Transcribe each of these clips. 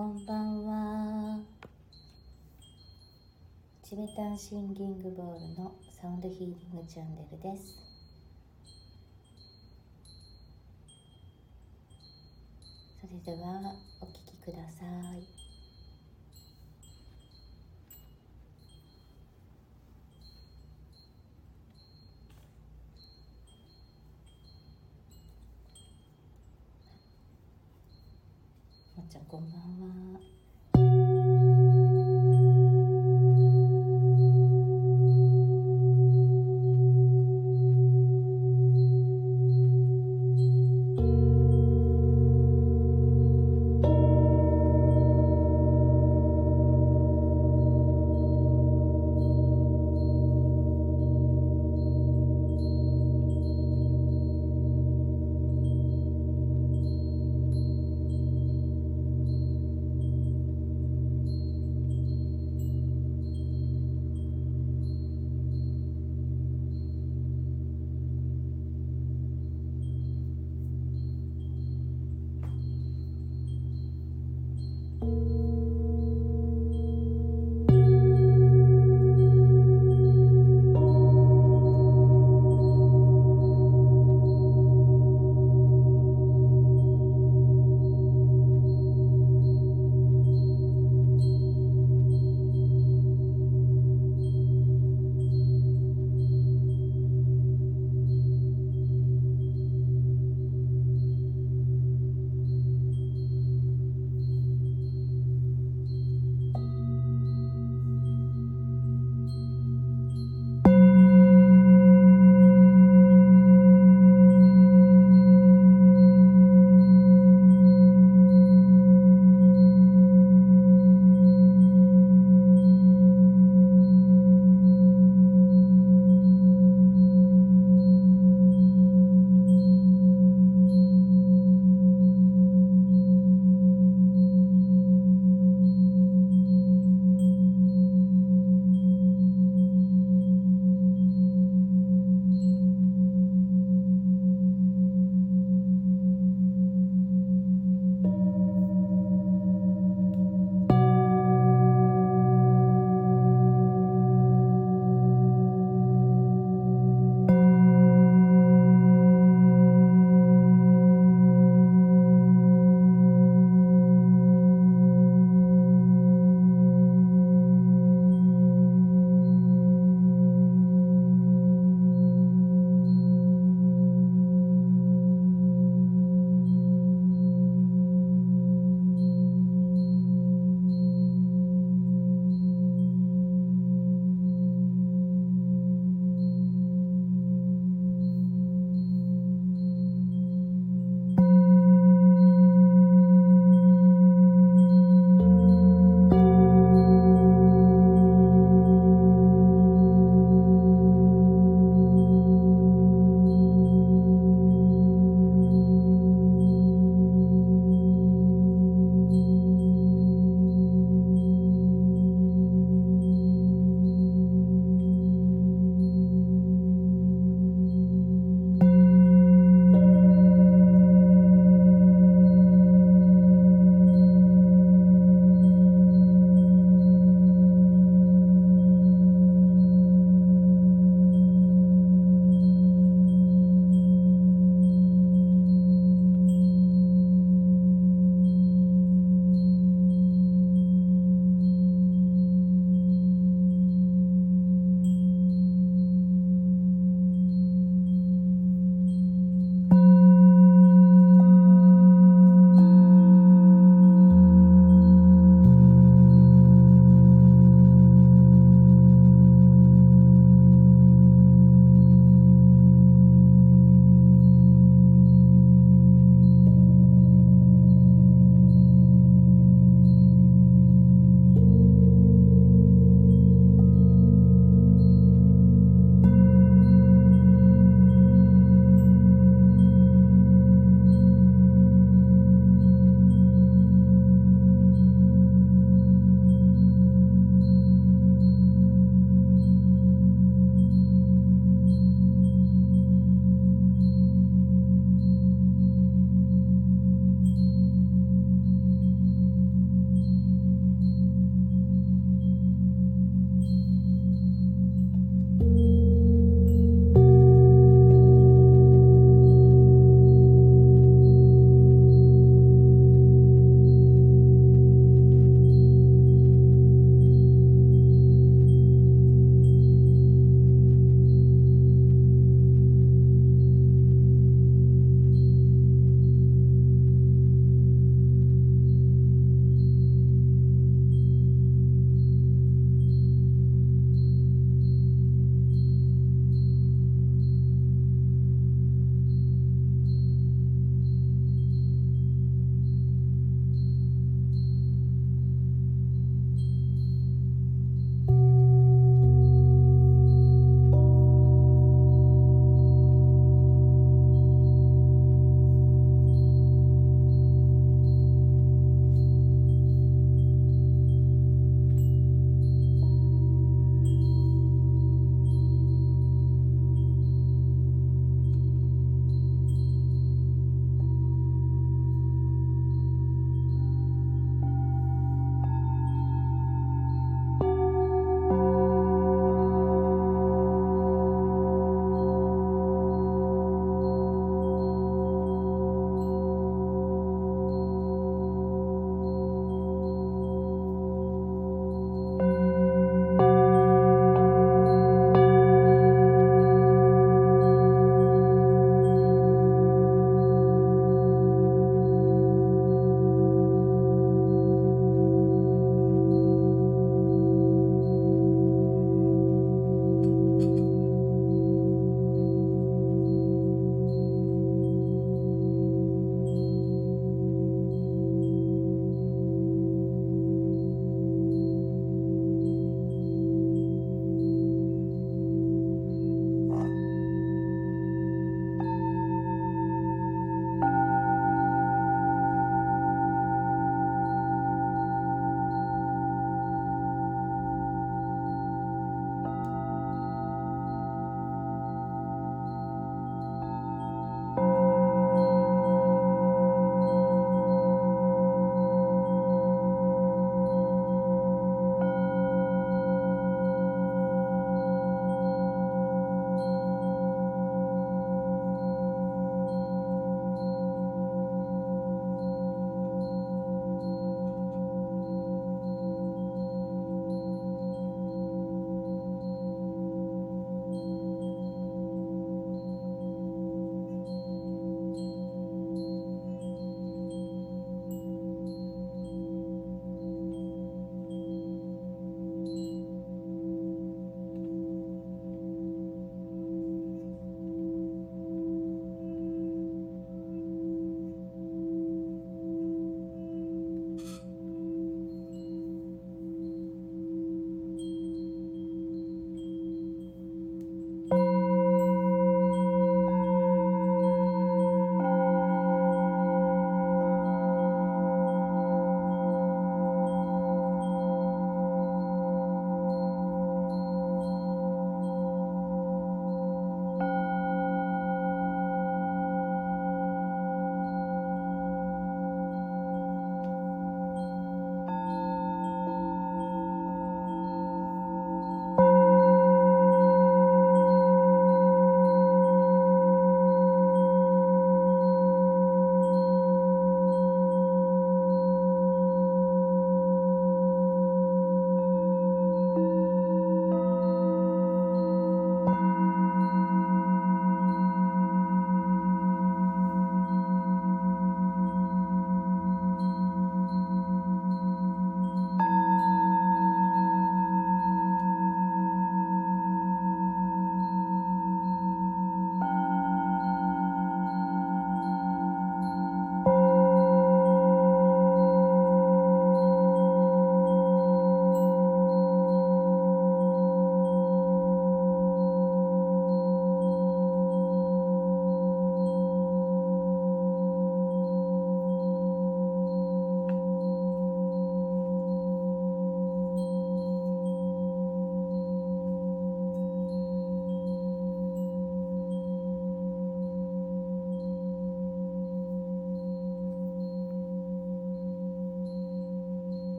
こんばんは。チベタンシンギングボールのサウンドヒーリングチャンネルです。それではお聞きください。もっちゃんこんばんは。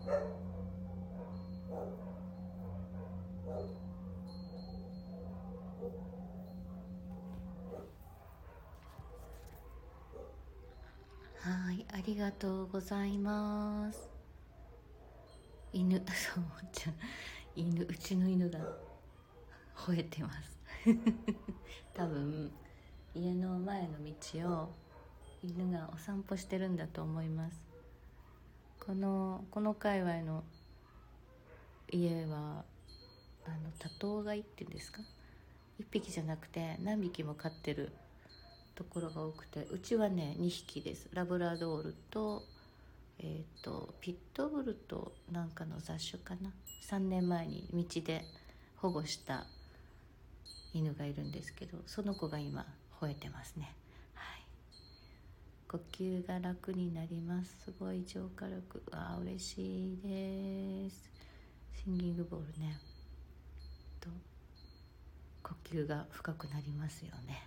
はい、ありがとうございます。犬、そうちゃん、うちの犬が吠えてます多分家の前の道を犬がお散歩してるんだと思います。この界隈の家は多頭飼いっていうんですか、1匹じゃなくて何匹も飼ってるところが多くて、うちはね2匹です。ラブラドールとピットブルとなんかの雑種かな。3年前に道で保護した犬がいるんですけど、その子が今吠えてますね。はい、呼吸が楽になります。すごい浄化力、嬉しいです。シンギングボールねと呼吸が深くなりますよね。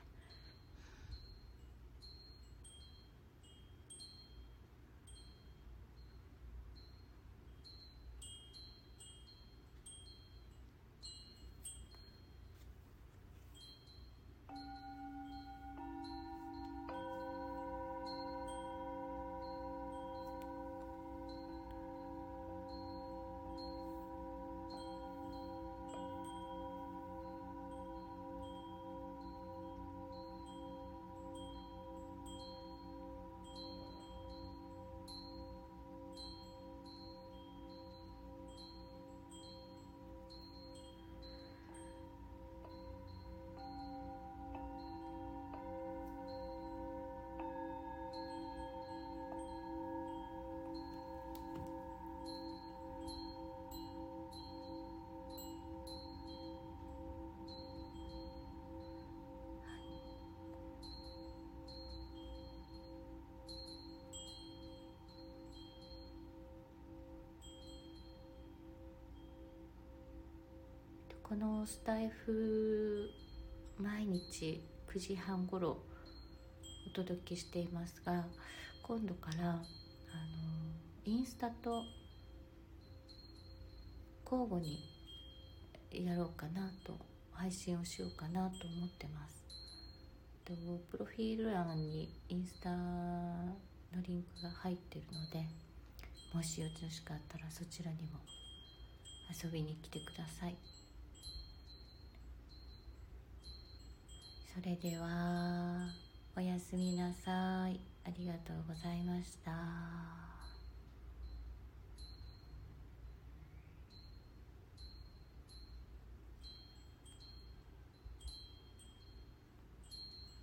このスタイフ毎日9時半ごろお届けしていますが、今度からインスタと交互にやろうかなと、配信をしようかなと思ってます。プロフィール欄にインスタのリンクが入ってるので、もしよろしかったらそちらにも遊びに来てください。それではおやすみなさい。ありがとうございました。